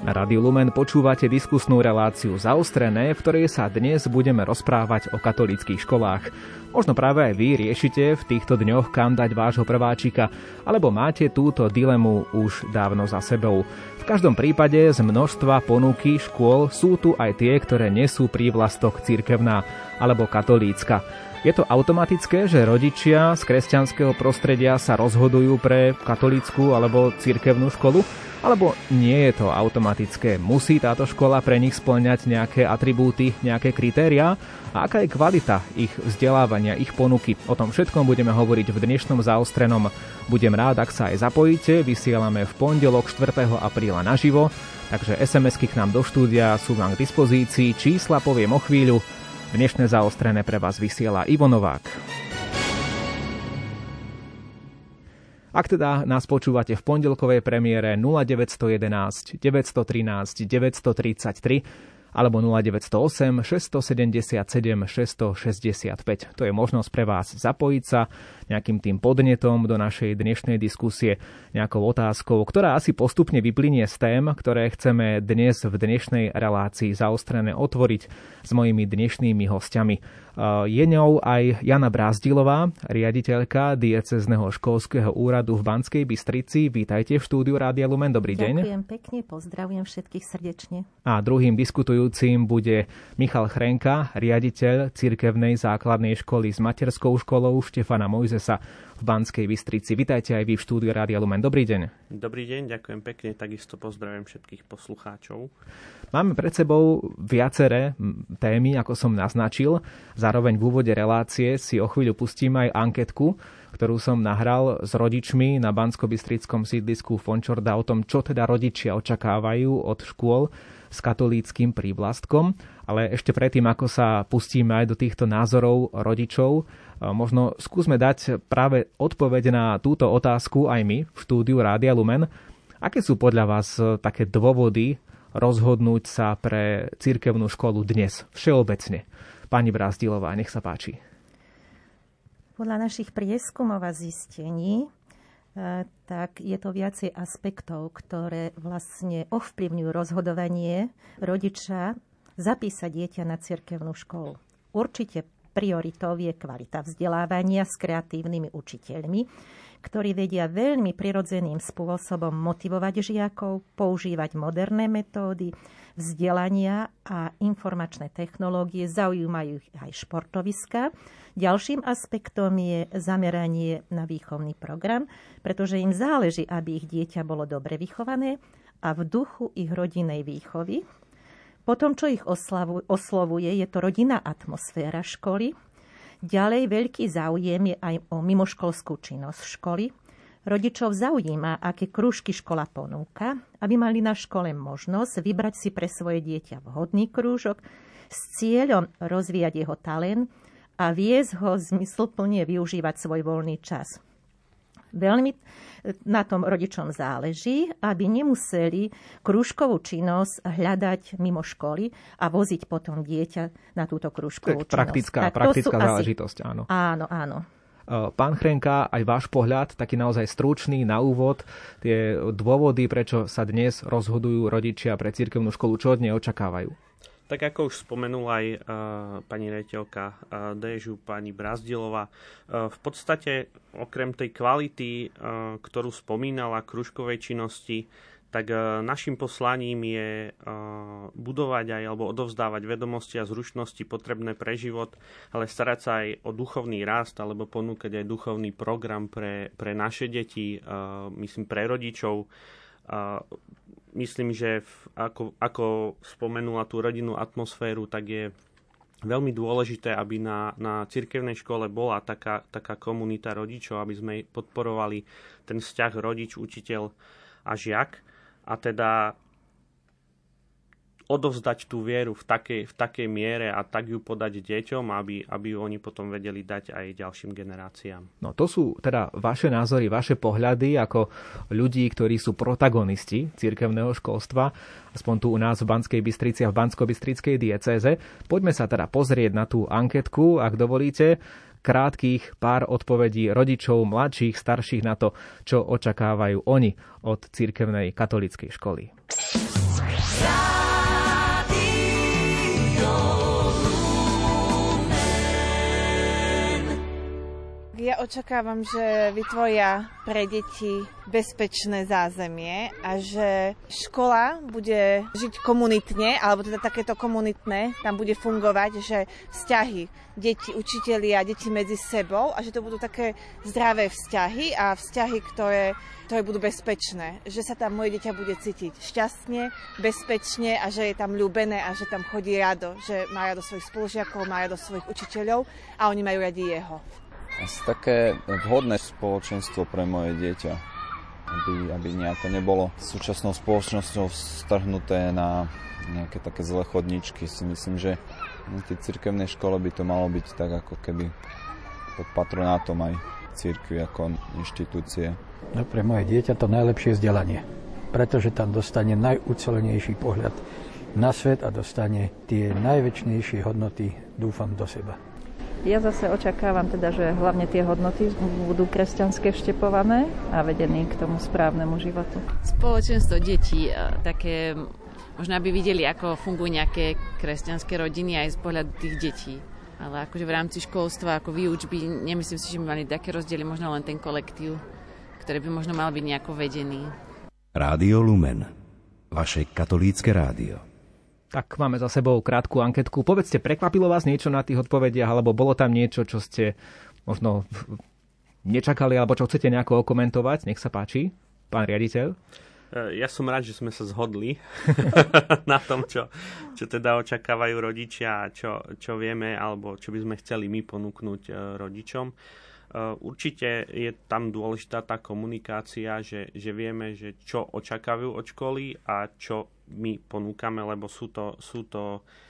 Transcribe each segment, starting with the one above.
Na Rádiu Lumen počúvate diskusnú reláciu Zaostrené, v ktorej sa dnes budeme rozprávať o katolíckych školách. Možno práve aj vy riešite v týchto dňoch, kam dať vášho prváčika, alebo máte túto dilemu už dávno za sebou. V každom prípade z množstva ponuky škôl sú tu aj tie, ktoré nesú prívlastok cirkevná alebo katolícka. Je to automatické, že rodičia z kresťanského prostredia sa rozhodujú pre katolícku alebo cirkevnú školu? Alebo nie je to automatické? Musí táto škola pre nich spĺňať nejaké atribúty, nejaké kritériá? A aká je kvalita ich vzdelávania, ich ponuky? O tom všetkom budeme hovoriť v dnešnom Zaostrenom. Budem rád, ak sa aj zapojíte. Vysielame v pondelok 4. apríla naživo, takže SMS-ky k nám do štúdia sú vám k dispozícii. Čísla poviem o chvíľu. Dnešné Zaostrené pre vás vysiela Ivo Novák. Ak teda nás počúvate v pondelkovej premiére 0911 913 933 alebo 0908 677 665. To je možnosť pre vás zapojiť sa nejakým tým podnetom do našej dnešnej diskusie, nejakou otázkou, ktorá asi postupne vyplynie z tém, ktoré chceme dnes v dnešnej relácii Zaostrené otvoriť s mojimi dnešnými hostiami. Je ňou aj Jana Brázdilová, riaditeľka diecézneho školského úradu v Banskej Bystrici. Vítajte v štúdiu Rádia Lumen. Dobrý deň. Ďakujem pekne, pozdravujem všetkých srdečne. A druhým diskutujúcim bude Michal Chrenka, riaditeľ cirkevnej základnej školy s materskou školou Štefana Mojzesa v Banskej Bystrici. Vítajte aj vy v štúdiu Rádia Lumen. Dobrý deň. Dobrý deň, ďakujem pekne, takisto pozdravujem všetkých poslucháčov. Máme pred sebou viaceré témy, ako som naznačil. Zároveň v úvode relácie si o chvíľu pustím aj anketku, ktorú som nahral s rodičmi na banskobystrickom sídlisku Fončorda o tom, čo teda rodičia očakávajú od škôl s katolíckym prívlastkom. Ale ešte predtým, ako sa pustíme aj do týchto názorov rodičov, možno skúsme dať práve odpoveď na túto otázku aj my v štúdiu Rádia Lumen. Aké sú podľa vás také dôvody rozhodnúť sa pre cirkevnú školu dnes, všeobecne? Pani Brázdilová, nech sa páči. Podľa našich prieskumov a zistení, tak je to viacej aspektov, ktoré vlastne ovplyvňujú rozhodovanie rodiča zapísať dieťa na cirkevnú školu. Určite prioritou je kvalita vzdelávania s kreatívnymi učiteľmi, ktorí vedia veľmi prirodzeným spôsobom motivovať žiakov, používať moderné metódy vzdelania a informačné technológie, zaujímajú ich aj športoviská. Ďalším aspektom je zameranie na výchovný program, pretože im záleží, aby ich dieťa bolo dobre vychované a v duchu ich rodinnej výchovy. Potom, čo ich oslovuje, je to rodinná atmosféra školy. Ďalej veľký záujem je aj o mimoškolskú činnosť školy. Rodičov zaujíma, aké krúžky škola ponúka, aby mali na škole možnosť vybrať si pre svoje dieťa vhodný krúžok s cieľom rozvíjať jeho talent a viesť ho zmysluplne využívať svoj voľný čas. Veľmi na tom rodičom záleží, aby nemuseli krúžkovú činnosť hľadať mimo školy a voziť potom dieťa na túto krúžkovú činnosť. Praktická záležitosť, áno. Áno. Pán Chrenka, aj váš pohľad, taký naozaj stručný na úvod, tie dôvody, prečo sa dnes rozhodujú rodičia pre cirkevnú školu, čo od nej očakávajú? Tak ako už spomenula aj pani riaditeľka DŽU, pani Brázdilová, v podstate okrem tej kvality, ktorú spomínala, krúžkovej činnosti, tak našim poslaním je budovať aj alebo odovzdávať vedomosti a zručnosti potrebné pre život, ale starať sa aj o duchovný rast alebo ponúkať aj duchovný program pre naše deti, myslím pre rodičov. Myslím, že ako spomenula tú rodinnú atmosféru, tak je veľmi dôležité, aby na cirkevnej škole bola taká komunita rodičov, aby sme podporovali ten vzťah rodič, učiteľ a žiak. A teda odovzdať tú vieru v takej miere a tak ju podať deťom, aby ju oni potom vedeli dať aj ďalším generáciám. No to sú teda vaše názory, vaše pohľady ako ľudí, ktorí sú protagonisti cirkevného školstva, aspoň tu u nás v Banskej Bystrici a v Banskobystrickej diecéze. Poďme sa teda pozrieť na tú anketku, ak dovolíte, krátkych pár odpovedí rodičov, mladších, starších na to, čo očakávajú oni od cirkevnej katolíckej školy. očakávam, že vytvoria pre deti bezpečné zázemie a že škola bude žiť komunitne, alebo teda takéto komunitné, tam bude fungovať, že vzťahy deti, učitelia, deti medzi sebou a že to budú také zdravé vzťahy a vzťahy, ktoré budú bezpečné. Že sa tam moje dieťa bude cítiť šťastne, bezpečne a že je tam ľúbené a že tam chodí rado, že má rado svojich spolužiakov, má rado svojich učiteľov a oni majú radi jeho. Asi také vhodné spoločenstvo pre moje dieťa, aby nejako nebolo súčasnou spoločnosťou strhnuté na nejaké také zlé chodničky. Si myslím, že na tej cirkevnej škole by to malo byť tak, ako keby pod patronátom aj cirkvi ako inštitúcie. No pre moje dieťa to najlepšie vzdelanie, pretože tam dostane najucelenejší pohľad na svet a dostane tie najväčšnejšie hodnoty, dúfam, do seba. Ja zase očakávam teda, že hlavne tie hodnoty budú kresťanské vštepované a vedení k tomu správnemu životu. Spoločenstvo detí, také, možno aby videli, ako fungujú nejaké kresťanské rodiny aj z pohľadu tých detí. Ale akože v rámci školstva, ako výučby, nemyslím si, že by mali také rozdiely, možno len ten kolektív, ktorý by možno mal byť nejako vedený. Rádio Lumen, vaše katolícke rádio. Tak máme za sebou krátku anketku. Povedzte, prekvapilo vás niečo na tých odpovediach, alebo bolo tam niečo, čo ste možno nečakali, alebo čo chcete nejako okomentovať? Nech sa páči, pán riaditeľ. Ja som rád, že sme sa zhodli na tom, čo teda očakávajú rodičia a čo vieme, alebo čo by sme chceli my ponúknuť rodičom. Určite je tam dôležitá tá komunikácia, že vieme, že čo očakávajú od školy a čo my ponúkame, lebo sú to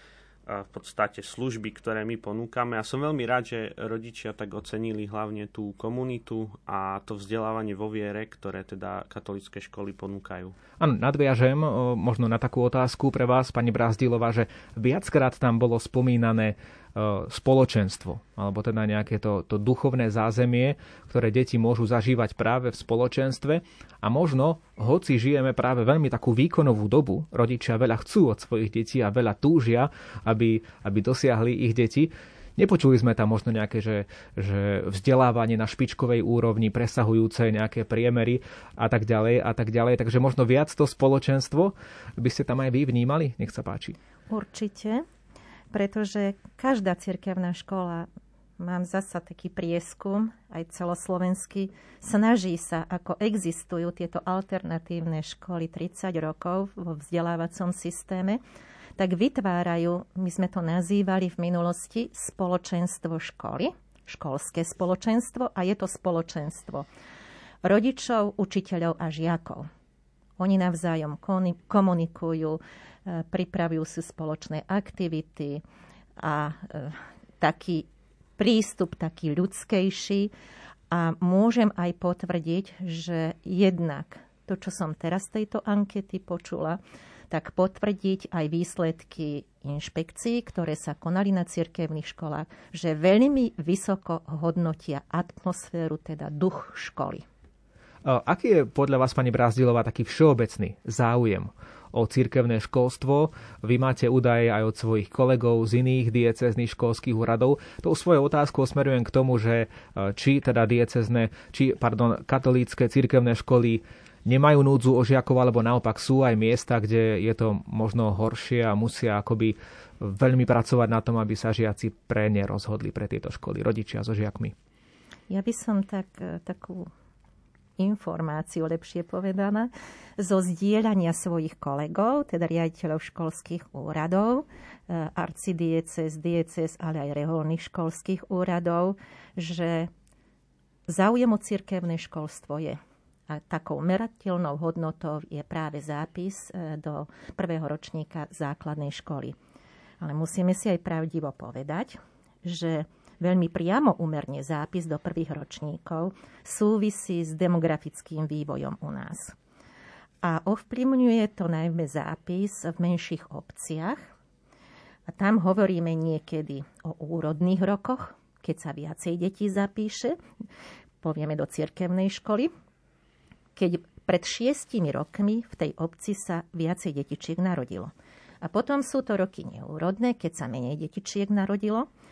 v podstate služby, ktoré my ponúkame. A som veľmi rád, že rodičia tak ocenili hlavne tú komunitu a to vzdelávanie vo viere, ktoré teda katolícke školy ponúkajú. Áno, nadviažem možno na takú otázku pre vás, pani Brázdilová, že viackrát tam bolo spomínané spoločenstvo, alebo teda nejaké to duchovné zázemie, ktoré deti môžu zažívať práve v spoločenstve. A možno, hoci žijeme práve veľmi takú výkonovú dobu, rodičia veľa chcú od svojich detí a veľa túžia, aby dosiahli ich deti, nepočuli sme tam možno nejaké, že vzdelávanie na špičkovej úrovni, presahujúce nejaké priemery a tak ďalej. Takže možno viac to spoločenstvo by ste tam aj vy vnímali? Nech sa páči. Určite. Pretože každá cirkevná škola, mám zasa taký prieskum, aj celoslovenský, snaží sa, ako existujú tieto alternatívne školy 30 rokov vo vzdelávacom systéme, tak vytvárajú, my sme to nazývali v minulosti, spoločenstvo školy, školské spoločenstvo, a je to spoločenstvo rodičov, učiteľov a žiakov. Oni navzájom komunikujú, pripravujú si spoločné aktivity a taký prístup, taký ľudskejší. A môžem aj potvrdiť, že jednak to, čo som teraz z tejto ankety počula, tak potvrdiť aj výsledky inšpekcií, ktoré sa konali na cirkevných školách, že veľmi vysoko hodnotia atmosféru, teda duch školy. Aký je podľa vás, pani Brázdilová, taký všeobecný záujem o cirkevné školstvo? Vy máte údaje aj od svojich kolegov z iných diecéznych školských úradov. Tou svojou otázkou smerujem k tomu, že či teda katolícke cirkevné školy nemajú núdzu o žiakov, alebo naopak sú aj miesta, kde je to možno horšie a musia akoby veľmi pracovať na tom, aby sa žiaci pre ne rozhodli, pre tieto školy, rodičia so žiakmi. Ja by som takú informáciu, lepšie povedaná, zo zdieľania svojich kolegov, teda riaditeľov školských úradov, arcidiecéz, diecéz, ale aj reholných školských úradov, že záujem o cirkevné školstvo je. A takou merateľnou hodnotou je práve zápis do prvého ročníka základnej školy. Ale musíme si aj pravdivo povedať, že veľmi priamo úmerne zápis do prvých ročníkov súvisí s demografickým vývojom u nás. A ovplyvňuje to najmä zápis v menších obciach. A tam hovoríme niekedy o úrodných rokoch, keď sa viacej detí zapíše, povieme do cirkevnej školy. Keď pred 6 rokmi v tej obci sa viacej detičiek narodilo. A potom sú to roky neúrodné, keď sa menej detičiek narodilo.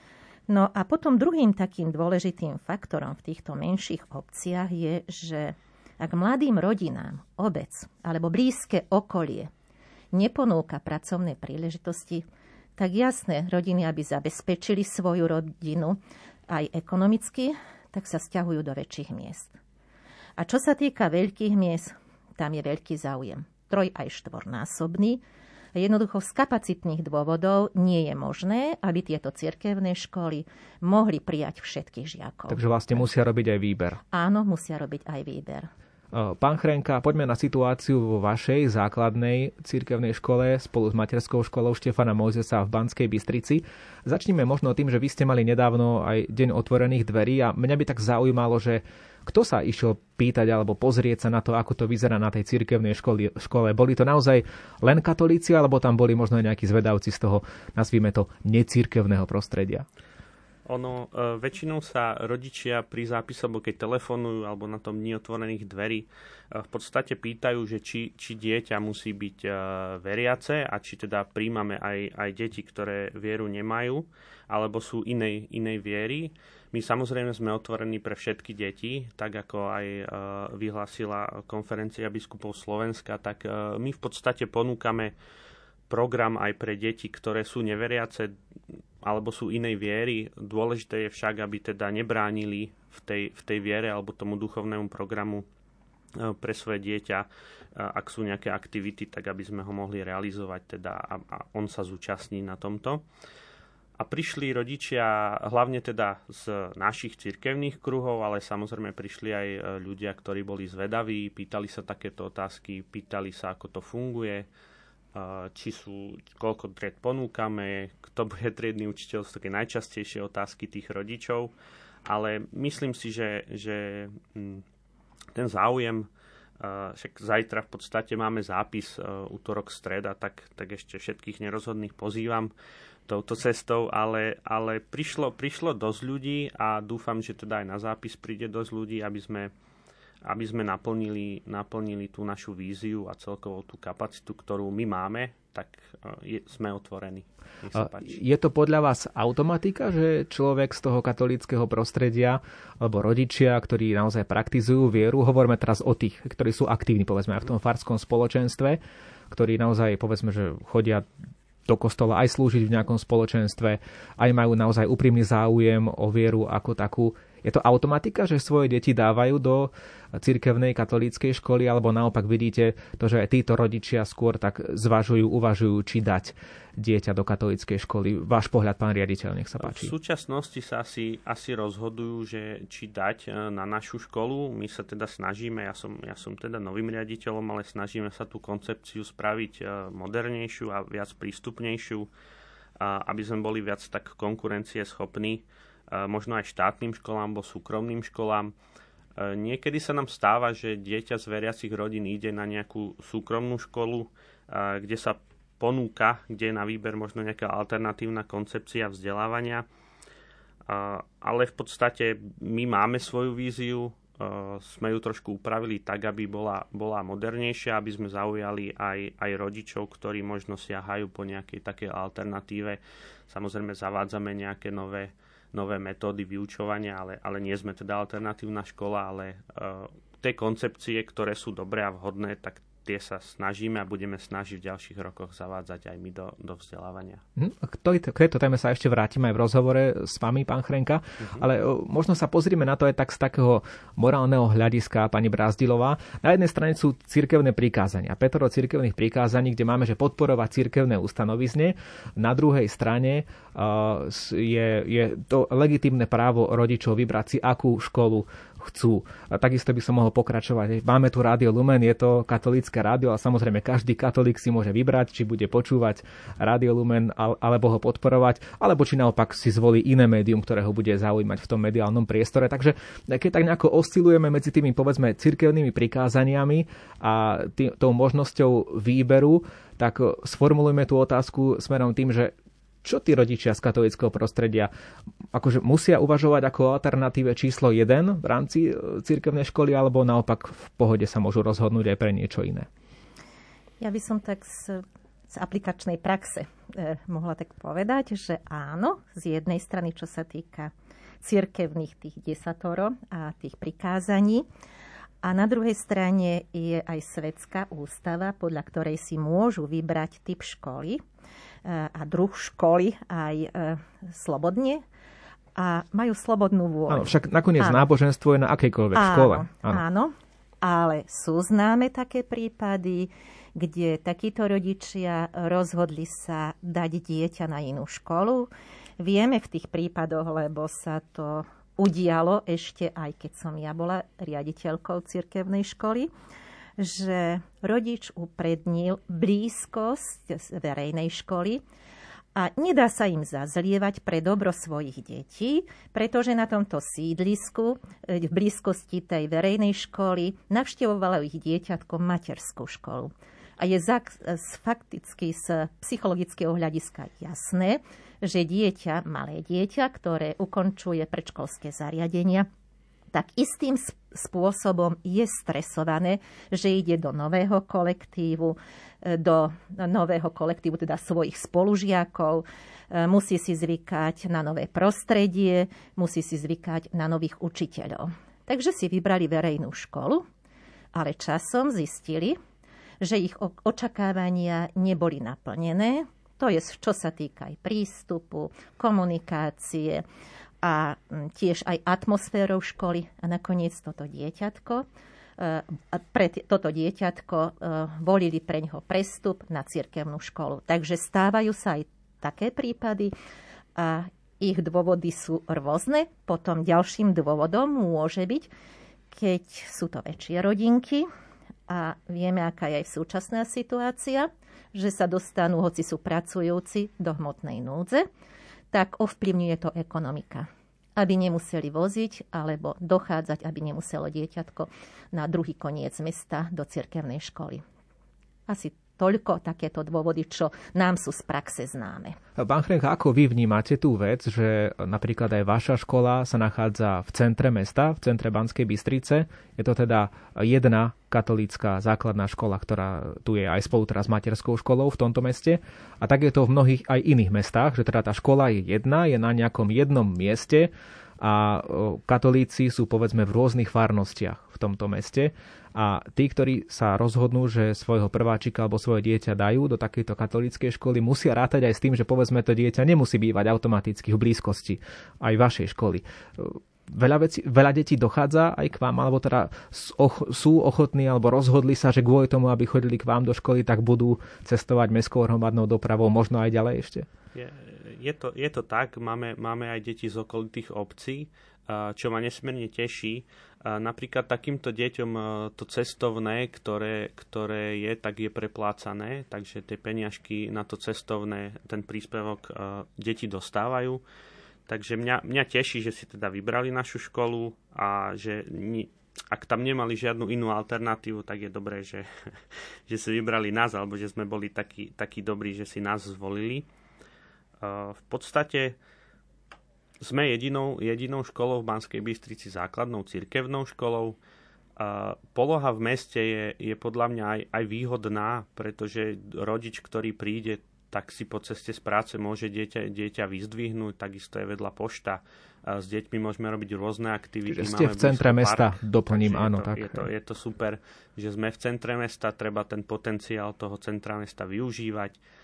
No a potom druhým takým dôležitým faktorom v týchto menších obciach je, že ak mladým rodinám obec alebo blízke okolie neponúka pracovné príležitosti, tak jasné, rodiny, aby zabezpečili svoju rodinu aj ekonomicky, tak sa sťahujú do väčších miest. A čo sa týka veľkých miest, tam je veľký záujem. 3 aj 4-násobný. Jednoducho z kapacitných dôvodov nie je možné, aby tieto cirkevné školy mohli prijať všetkých žiakov. Takže vlastne musia robiť aj výber. Áno, musia robiť aj výber. Pán Chrenka, poďme na situáciu vo vašej základnej cirkevnej škole spolu s materskou školou Štefana Mojzesa v Banskej Bystrici. Začnime možno tým, že vy ste mali nedávno aj deň otvorených dverí a mňa by tak zaujímalo, že kto sa išiel pýtať alebo pozrieť sa na to, ako to vyzerá na tej cirkevnej škole. Boli to naozaj len katolíci, alebo tam boli možno aj nejakí zvedavci z toho, nazvime to, necirkevného prostredia? Väčšinou sa rodičia pri zápise, alebo keď telefonujú, alebo na tom dni otvorených dverí, v podstate pýtajú, že či dieťa musí byť veriace a či teda príjmame aj deti, ktoré vieru nemajú, alebo sú inej viery. My samozrejme sme otvorení pre všetky deti, tak ako aj vyhlásila konferencia biskupov Slovenska, tak my v podstate ponúkame program aj pre deti, ktoré sú neveriace alebo sú inej viery. Dôležité je však, aby teda nebránili v tej viere alebo tomu duchovnému programu pre svoje dieťa, ak sú nejaké aktivity, tak aby sme ho mohli realizovať teda a on sa zúčastní na tomto. A prišli rodičia hlavne teda z našich cirkevných kruhov, ale samozrejme prišli aj ľudia, ktorí boli zvedaví, pýtali sa takéto otázky, pýtali sa, ako to funguje, koľko tried ponúkame, kto bude triedny učiteľ, sú také najčastejšie otázky tých rodičov. Ale myslím si, že ten záujem, však zajtra v podstate máme zápis, útorok, streda, tak ešte všetkých nerozhodných pozývam touto cestou, ale prišlo dosť ľudí a dúfam, že teda aj na zápis príde dosť ľudí, aby sme naplnili tú našu víziu a celkovo tú kapacitu, ktorú my máme, tak sme otvorení. Je to podľa vás automatika, že človek z toho katolíckeho prostredia alebo rodičia, ktorí naozaj praktizujú vieru, hovoríme teraz o tých, ktorí sú aktívni, povedzme, aj v tom farskom spoločenstve, ktorí naozaj, povedzme, že chodia do kostola aj slúžiť v nejakom spoločenstve, aj majú naozaj úprimný záujem o vieru ako takú. Je to automatika, že svoje deti dávajú do cirkevnej katolíckej školy, alebo naopak vidíte to, že aj títo rodičia skôr tak uvažujú, či dať dieťa do katolíckej školy? Váš pohľad, pán riaditeľ, nech sa páči. V súčasnosti sa asi rozhodujú, že či dať na našu školu. My sa teda snažíme, ja som teda novým riaditeľom, ale snažíme sa tú koncepciu spraviť modernejšiu a viac prístupnejšiu, aby sme boli viac tak konkurencieschopní, možno aj štátnym školám alebo súkromným školám. Niekedy sa nám stáva, že dieťa z veriacich rodín ide na nejakú súkromnú školu, kde sa ponúka, kde je na výber možno nejaká alternatívna koncepcia vzdelávania. Ale v podstate my máme svoju víziu, sme ju trošku upravili tak, aby bola modernejšia, aby sme zaujali aj rodičov, ktorí možno siahajú po nejakej takej alternatíve. Samozrejme zavádzame nejaké nové metódy vyučovania, ale nie sme teda alternatívna škola, ale tie koncepcie, ktoré sú dobré a vhodné, tak tie sa snažíme a budeme snažiť v ďalších rokoch zavádzať aj my do vzdelávania. K tejto téme sa ešte vrátime aj v rozhovore s vami, pán Chrenka, ale možno sa pozrime na to aj tak z takého morálneho hľadiska, pani Brázdilová. Na jednej strane sú cirkevné prikázania, 5 cirkevných prikázaní, kde máme, že podporovať cirkevné ustanovizne. Na druhej strane je to legitímne právo rodičov vybrať si, akú školu chcú. A takisto by som mohol pokračovať. Máme tu Rádio Lumen, je to katolícke rádio a samozrejme každý katolík si môže vybrať, či bude počúvať Rádio Lumen alebo ho podporovať, alebo či naopak si zvolí iné médium, ktoré ho bude zaujímať v tom mediálnom priestore. Takže keď tak nejako oscilujeme medzi tými, povedzme, cirkevnými prikázaniami a tou možnosťou výberu, tak sformulujme tú otázku smerom tým, že čo tí rodičia z katolíckeho prostredia akože musia uvažovať ako alternatíve číslo 1 v rámci cirkevnej školy, alebo naopak v pohode sa môžu rozhodnúť aj pre niečo iné? Ja by som tak z aplikačnej praxe mohla tak povedať, že áno, z jednej strany, čo sa týka cirkevných tých desatoro a tých prikázaní, a na druhej strane je aj svetská ústava, podľa ktorej si môžu vybrať typ školy a druh školy aj slobodne a majú slobodnú vôľu. Áno, však nakoniec náboženstvo je na akejkoľvek škole. Áno, ale sú známe také prípady, kde takíto rodičia rozhodli sa dať dieťa na inú školu. Vieme v tých prípadoch, lebo sa to udialo ešte aj keď som ja bola riaditeľkou cirkevnej školy, že rodič uprednil blízkosť z verejnej školy a nedá sa im zazlievať pre dobro svojich detí, pretože na tomto sídlisku v blízkosti tej verejnej školy navštevovalo ich dieťatko materskú školu. A je fakticky z psychologického hľadiska jasné, že dieťa, malé dieťa, ktoré ukončuje predškolské zariadenia, tak istým spôsobom je stresované, že ide do nového kolektívu, teda svojich spolužiakov, musí si zvykať na nové prostredie, musí si zvykať na nových učiteľov. Takže si vybrali verejnú školu, ale časom zistili, že ich očakávania neboli naplnené. To je, čo sa týka aj prístupu, komunikácie a tiež aj atmosférou školy. A nakoniec toto dieťatko volili pre ňoho prestup na cirkevnú školu. Takže stávajú sa aj také prípady a ich dôvody sú rôzne. Potom ďalším dôvodom môže byť, keď sú to väčšie rodinky, a vieme, aká je aj súčasná situácia, že sa dostanú, hoci sú pracujúci, do hmotnej núdze, tak ovplyvňuje to ekonomika. Aby nemuseli voziť alebo dochádzať, aby nemuselo dieťatko na druhý koniec mesta do cirkevnej školy. Asi toľko takéto dôvody, čo nám sú z praxe známe. Pán Chrenka, ako vy vnímate tú vec, že napríklad aj vaša škola sa nachádza v centre mesta, v centre Banskej Bystrice? Je to teda jedna katolícka základná škola, ktorá tu je aj spolu teraz s materskou školou v tomto meste. A tak je to v mnohých aj iných mestách, že teda tá škola je jedna, je na nejakom jednom mieste a katolíci sú povedzme v rôznych farnostiach v tomto meste. A tí, ktorí sa rozhodnú, že svojho prváčika alebo svoje dieťa dajú do takejto katolíckej školy, musia rátať aj s tým, že povedzme to dieťa nemusí bývať automaticky v blízkosti aj vašej školy. Veľa detí dochádza aj k vám, alebo teda sú ochotní alebo rozhodli sa, že kvôli tomu, aby chodili k vám do školy, tak budú cestovať mestskou hromadnou dopravou, možno aj ďalej ešte? Je to tak, máme aj deti z okolitých obcí, čo ma nesmierne teší. Napríklad takýmto deťom to cestovné, ktoré je, tak je preplácané, takže tie peniažky na to cestovné, ten príspevok deti dostávajú. Takže mňa teší, že si teda vybrali našu školu a že ak tam nemali žiadnu inú alternatívu, tak je dobré, že si vybrali nás, alebo že sme boli takí dobrí, že si nás zvolili. V podstate sme jedinou školou v Banskej Bystrici, základnou cirkevnou školou. Poloha v meste je podľa mňa aj výhodná, pretože rodič, ktorý príde, tak si po ceste z práce môže dieťa vyzdvihnúť, takisto je vedľa pošta. S deťmi môžeme robiť rôzne aktivity. Čiže ste v centre mesta, doplním, áno. Je to super, že sme v centre mesta, treba ten potenciál toho centra mesta využívať.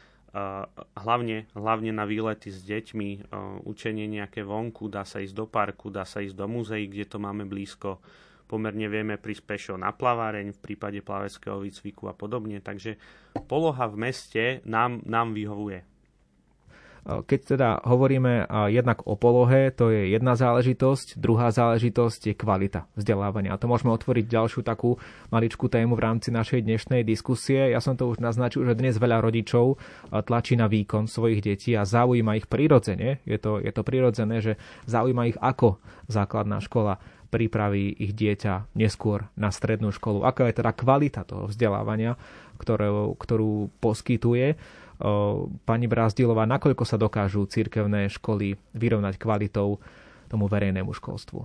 Hlavne na výlety s deťmi, učenie nejaké vonku, dá sa ísť do parku, dá sa ísť do múzeí, kde to máme blízko. Pomerne vieme prísť pešo na plaváreň v prípade plaveckého výcviku a podobne. Takže poloha v meste nám vyhovuje. Keď teda hovoríme jednak o polohe, to je jedna záležitosť, druhá záležitosť je kvalita vzdelávania. A to môžeme otvoriť ďalšiu takú maličkú tému v rámci našej dnešnej diskusie. Ja som to už naznačil, že dnes veľa rodičov tlačí na výkon svojich detí a zaujíma ich prirodzene. Je to prirodzené, že zaujíma ich, ako základná škola pripraví ich dieťa neskôr na strednú školu. Aká je teda kvalita toho vzdelávania, ktorú poskytuje. Pani Brázdilová, nakoľko sa dokážu cirkevné školy vyrovnať kvalitou tomu verejnému školstvu?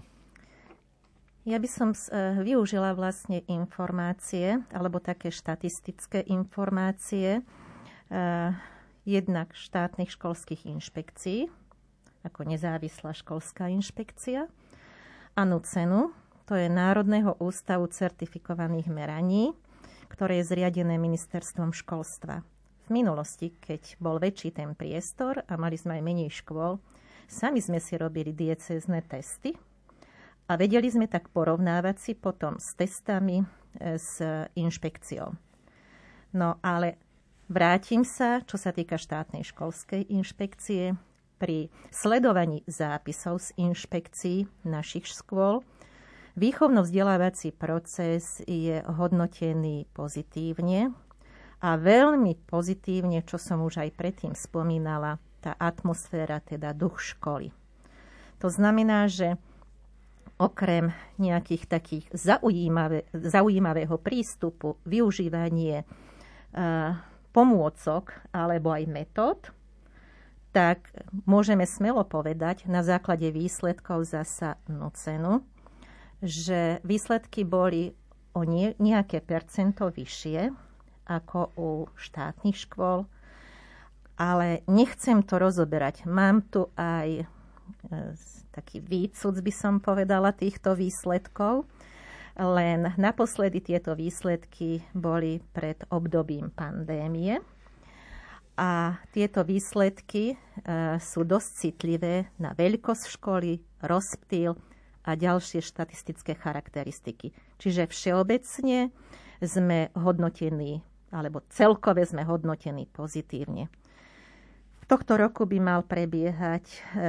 Ja by som využila vlastne informácie, alebo také štatistické informácie, jednak štátnych školských inšpekcií, ako nezávislá školská inšpekcia, a NUCENu, to je Národného ústavu certifikovaných meraní, ktoré je zriadené ministerstvom školstva. V minulosti, keď bol väčší ten priestor a mali sme aj menej škôl, sami sme si robili diecézne testy a vedeli sme tak porovnávať si potom s testami s inšpekciou. No ale vrátim sa, čo sa týka štátnej školskej inšpekcie. Pri sledovaní zápisov z inšpekcií našich škôl výchovno-vzdelávací proces je hodnotený pozitívne a veľmi pozitívne, čo som už aj predtým spomínala, tá atmosféra, teda duch školy. To znamená, že okrem nejakých takých zaujímavého prístupu, využívanie pomôcok alebo aj metód, tak môžeme smelo povedať na základe výsledkov zasa NUCENu, že výsledky boli o nejaké percento vyššie ako u štátnych škôl, ale nechcem to rozoberať. Mám tu aj taký výcud, by som povedala, týchto výsledkov, len naposledy tieto výsledky boli pred obdobím pandémie a tieto výsledky sú dosť citlivé na veľkosť školy, rozptýl a ďalšie štatistické charakteristiky. Čiže všeobecne sme hodnotení, alebo celkové sme hodnotení pozitívne. Tohto roku by mal prebiehať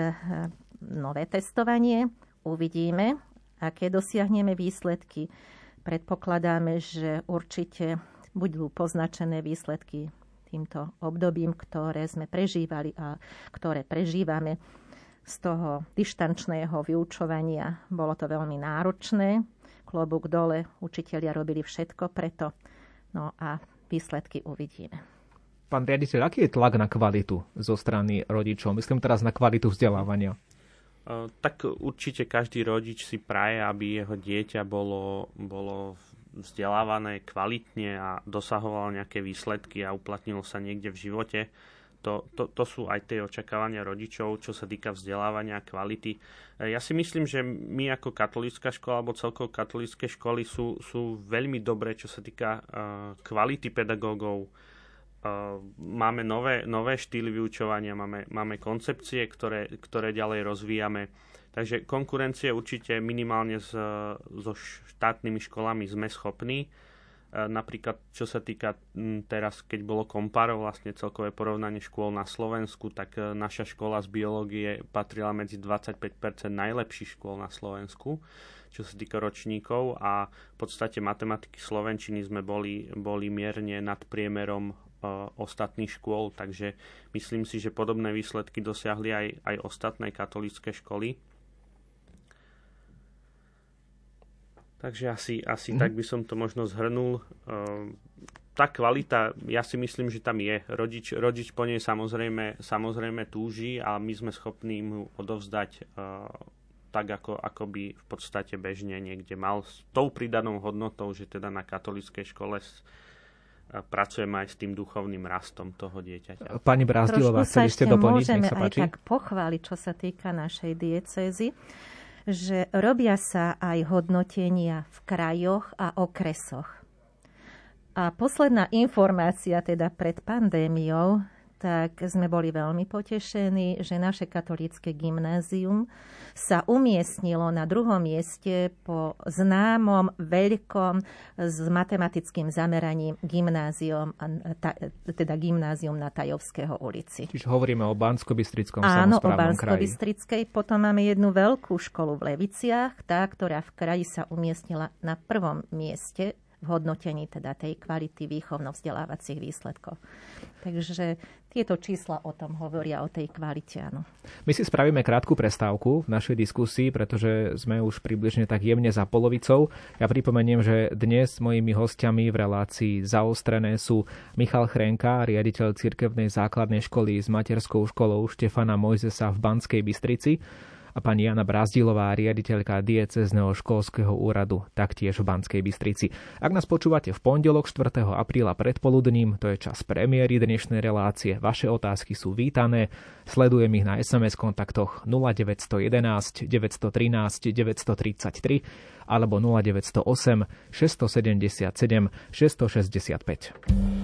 nové testovanie. Uvidíme, aké dosiahneme výsledky. Predpokladáme, že určite budú poznačené výsledky týmto obdobím, ktoré sme prežívali a ktoré prežívame z toho dištančného vyučovania. Bolo to veľmi náročné. Klobúk dole, učitelia robili všetko preto. No a výsledky uvidíme. Pán riaditeľ, aký je tlak na kvalitu zo strany rodičov? Myslím teraz na kvalitu vzdelávania. Tak určite každý rodič si praje, aby jeho dieťa bolo vzdelávané kvalitne a dosahovalo nejaké výsledky a uplatnilo sa niekde v živote. To sú aj tie očakávania rodičov, čo sa týka vzdelávania a kvality. Ja si myslím, že my ako katolícka škola alebo celkovo katolícke školy sú veľmi dobré, čo sa týka kvality pedagógov. Máme nové štýly vyučovania, máme koncepcie, ktoré ďalej rozvíjame. Takže konkurencie určite minimálne so štátnymi školami sme schopní. Napríklad, čo sa týka teraz, keď bolo komparo, vlastne celkové porovnanie škôl na Slovensku, tak naša škola z biológie patrila medzi 25% najlepších škôl na Slovensku, čo sa týka ročníkov, a v podstate matematiky, slovenčiny sme boli mierne nad priemerom ostatných škôl, takže myslím si, že podobné výsledky dosiahli aj ostatné katolícke školy. Takže asi tak by som to možno zhrnul. Tá kvalita, ja si myslím, že tam je. Rodič po nej samozrejme túži a my sme schopní mu odovzdať tak, ako by v podstate bežne niekde mal, s tou pridanou hodnotou, že teda na katolíckej škole pracujeme aj s tým duchovným rastom toho dieťaťa. Pani Brázdilová, chceli ste doplniť? Nech sa páči. Môžeme aj tak pochváliť, čo sa týka našej diecézy, že robia sa aj hodnotenia v krajoch a okresoch. A posledná informácia teda pred pandémiou, tak sme boli veľmi potešení, že naše katolícke gymnázium sa umiestnilo na 2. mieste po známom veľkom s matematickým zameraním gymnázium na Tajovského ulici. Čiže hovoríme o Banskobystrickom samosprávnom kraji. Áno, o Banskobystrickej. Potom máme jednu veľkú školu v Leviciach, tá, ktorá v kraji sa umiestnila na 1. mieste v hodnotení teda tej kvality výchovno-vzdelávacích výsledkov. Takže tieto čísla o tom hovoria, o tej kvalite, áno. My si spravíme krátku prestávku v našej diskusii, pretože sme už približne tak jemne za polovicou. Ja pripomeniem, že dnes mojimi hostiami v relácii Zaostrené sú Michal Chrenka, riaditeľ cirkevnej základnej školy s materskou školou Štefana Mojzesa v Banskej Bystrici, a pani Jana Brazdilová, riaditeľka diecézneho školského úradu, taktiež v Banskej Bystrici. Ak nás počúvate v pondelok 4. apríla predpoludním, to je čas premiéry dnešnej relácie. Vaše otázky sú vítané. Sledujem ich na SMS kontaktoch 0911 913 933 alebo 0908 677 665.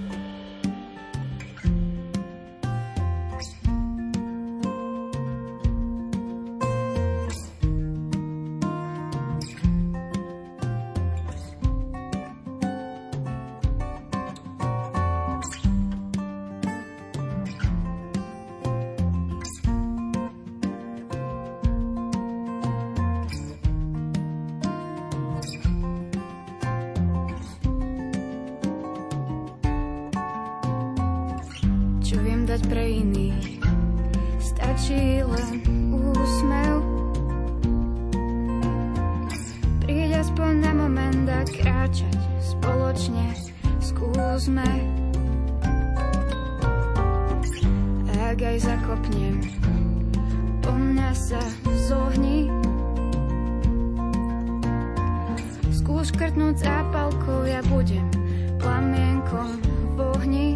Čo viem dať pre iných, stačí len úsmev. Príď aspoň na moment a kráčať spoločne skúsme. Ak aj zakopnem, po mňa sa zohni. Skúš škrtnúť zápalkou, ja budem plamienkom v ohni.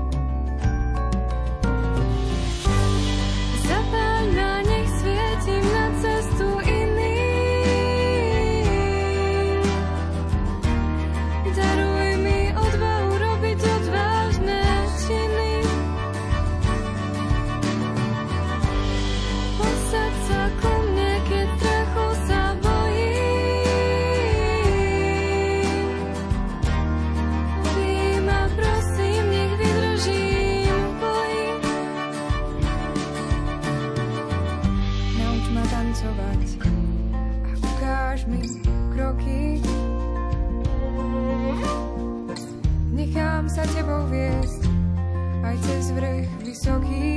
Sa tebou viesť aj cez vrch vysoký.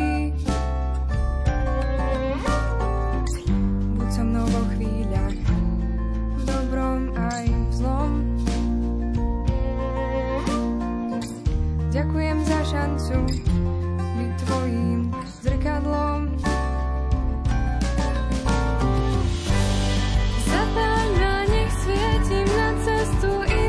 Buď so mnou vo chvíľach, v dobrom aj v zlom. Ďakujem za šancu byť tvojím zrkadlom. Zapáľ ma, nech svietim na cestu.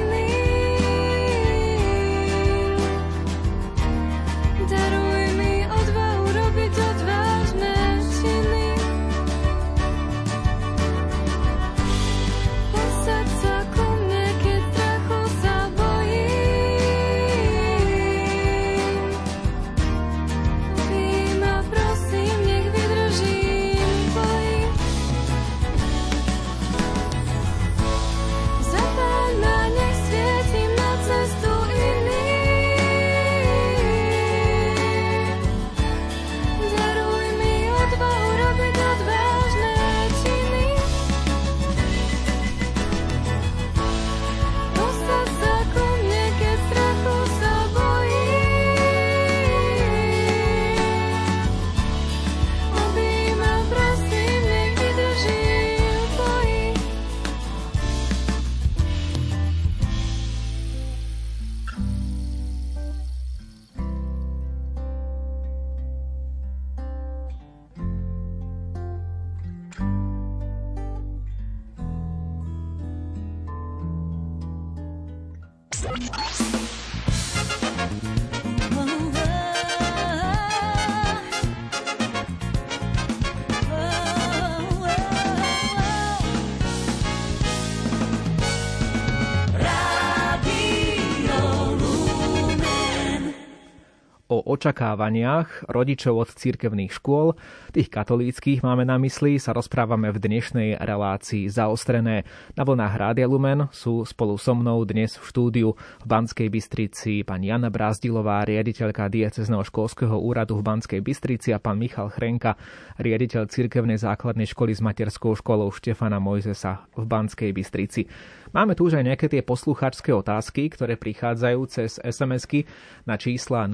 O očakávaniach rodičov od cirkevných škôl, tých katolíckych máme na mysli, sa rozprávame v dnešnej relácii Zaostrené. Na vlnách Rádia Lumen sú spolu so mnou dnes v štúdiu v Banskej Bystrici pani Jana Brazdilová, riaditeľka diecézneho školského úradu v Banskej Bystrici, a pán Michal Chrenka, riaditeľ cirkevnej základnej školy s materskou školou Štefana Mojzesa v Banskej Bystrici. Máme tu už aj nejaké tie poslucháčske otázky, ktoré prichádzajú cez SMS-ky na čísla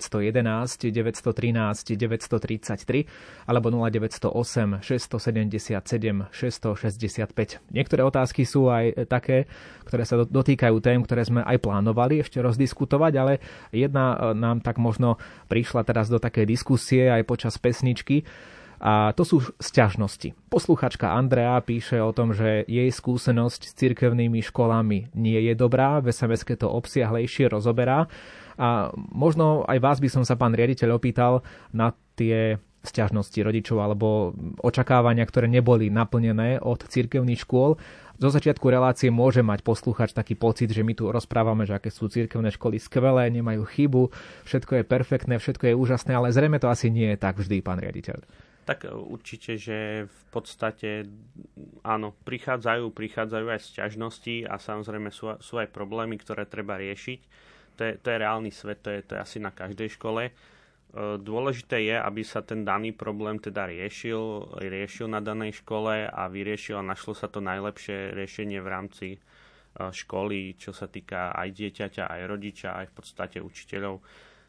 0911 913 933 alebo 0908 677 665. Niektoré otázky sú aj také, ktoré sa dotýkajú tém, ktoré sme aj plánovali ešte rozdiskutovať, ale jedna nám tak možno prišla teraz do takej diskusie aj počas pesničky. A to sú sťažnosti. Posluchačka Andrea píše o tom, že jej skúsenosť s cirkevnými školami nie je dobrá, v SMS-ke to obsiahlejšie rozoberá. A možno aj vás by som sa, pán riaditeľ, opýtal na tie sťažnosti rodičov alebo očakávania, ktoré neboli naplnené od cirkevných škôl. Zo začiatku relácie môže mať posluchač taký pocit, že my tu rozprávame, že aké sú cirkevné školy skvelé, nemajú chybu, všetko je perfektné, všetko je úžasné, ale zrejme to asi nie je tak vždy, pán riaditeľ. Tak určite, že v podstate áno, prichádzajú aj sťažnosti a samozrejme sú aj problémy, ktoré treba riešiť. To je reálny svet, to je asi na každej škole. Dôležité je, aby sa ten daný problém teda riešil na danej škole a vyriešil a našlo sa to najlepšie riešenie v rámci školy, čo sa týka aj dieťaťa, aj rodiča, aj v podstate učiteľov.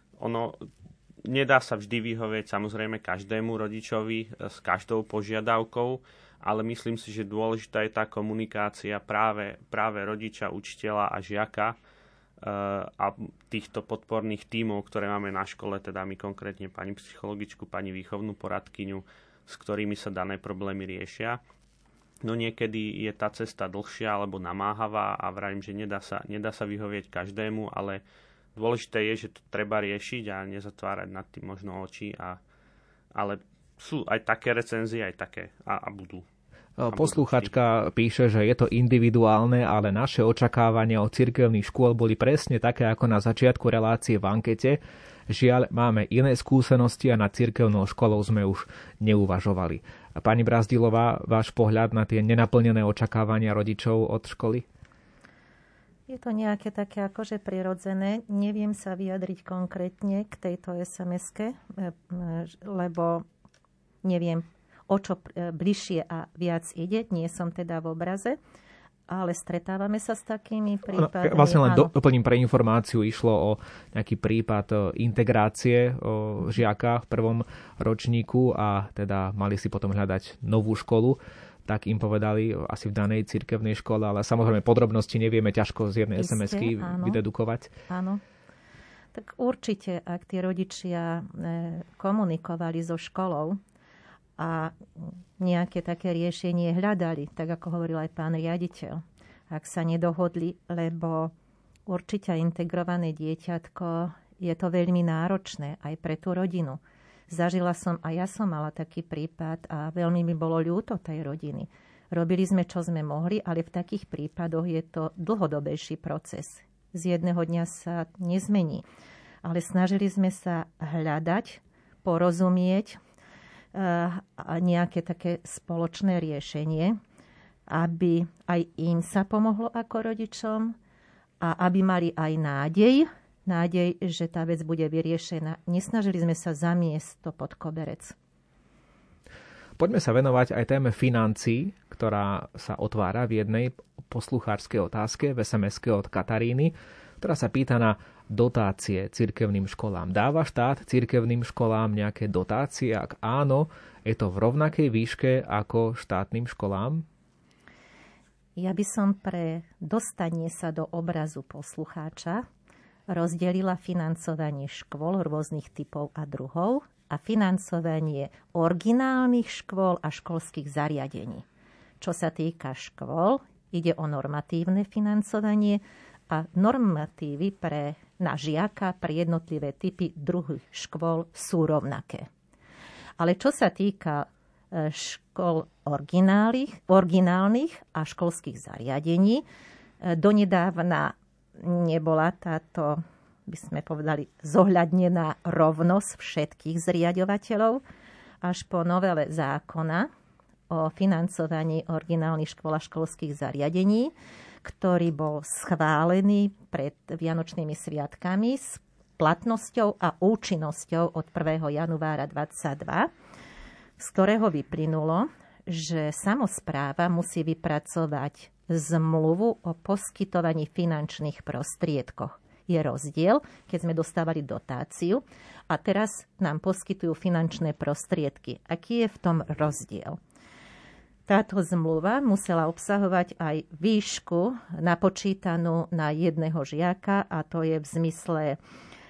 Nedá sa vždy vyhovieť samozrejme každému rodičovi s každou požiadavkou, ale myslím si, že dôležitá je tá komunikácia práve rodiča, učiteľa a žiaka a týchto podporných tímov, ktoré máme na škole, teda my konkrétne pani psychologičku, pani výchovnú poradkyňu, s ktorými sa dané problémy riešia. No niekedy je tá cesta dlhšia alebo namáhavá a vravím, že nedá sa vyhovieť každému, ale dôležité je, že to treba riešiť a nezatvárať nad tým možno oči. Ale sú aj také recenzie, aj také a budú. Posluchačka píše, že je to individuálne, ale naše očakávania od cirkevných škôl boli presne také ako na začiatku relácie v ankete. Žiaľ, máme iné skúsenosti a nad cirkevnou školou sme už neuvažovali. Pani Brazdilová, váš pohľad na tie nenaplnené očakávania rodičov od školy? Je to nejaké také akože prirodzené. Neviem sa vyjadriť konkrétne k tejto SMS-ke, lebo neviem, o čo bližšie a viac ide. Nie som teda v obraze, ale stretávame sa s takými prípadmi. Vlastne len doplním pre informáciu, išlo o nejaký prípad integrácie žiaka v prvom ročníku a teda mali si potom hľadať novú školu. Tak im povedali asi v danej cirkevnej škole, ale samozrejme podrobnosti nevieme ťažko z jednej SMS-ky vydedukovať. Áno. Tak určite, ak tí rodičia komunikovali so školou a nejaké také riešenie hľadali, tak ako hovoril aj pán riaditeľ, ak sa nedohodli, lebo určite integrované dieťatko je to veľmi náročné aj pre tú rodinu. Zažila som a ja som mala taký prípad a veľmi mi bolo ľúto tej rodiny. Robili sme, čo sme mohli, ale v takých prípadoch je to dlhodobejší proces. Z jedného dňa sa nezmení. Ale snažili sme sa hľadať, porozumieť a nejaké také spoločné riešenie, aby aj im sa pomohlo ako rodičom a aby mali aj nádej, že tá vec bude vyriešená. Nesnažili sme sa zamiesť to pod koberec. Poďme sa venovať aj téme financií, ktorá sa otvára v jednej posluchárskej otázke v SMS-ke od Kataríny, ktorá sa pýta na dotácie cirkevným školám. Dáva štát cirkevným školám nejaké dotácie? Ak áno, je to v rovnakej výške ako štátnym školám? Ja by som pre dostanie sa do obrazu poslucháča rozdelila financovanie škôl rôznych typov a druhov a financovanie originálnych škôl a školských zariadení. Čo sa týka škôl, ide o normatívne financovanie a normatívy na žiaka pre jednotlivé typy druhy škôl sú rovnaké. Ale čo sa týka škôl originálnych a školských zariadení, donedávna nebola táto, by sme povedali, zohľadnená rovnosť všetkých zriaďovateľov až po novele zákona o financovaní originálnych škôl a školských zariadení, ktorý bol schválený pred Vianočnými sviatkami s platnosťou a účinnosťou od 1. januára 2022, z ktorého vyplynulo, že samospráva musí vypracovať zmluvu o poskytovaní finančných prostriedkoch. Je rozdiel, keď sme dostávali dotáciu a teraz nám poskytujú finančné prostriedky. Aký je v tom rozdiel? Táto zmluva musela obsahovať aj výšku napočítanú na jedného žiaka a to je v zmysle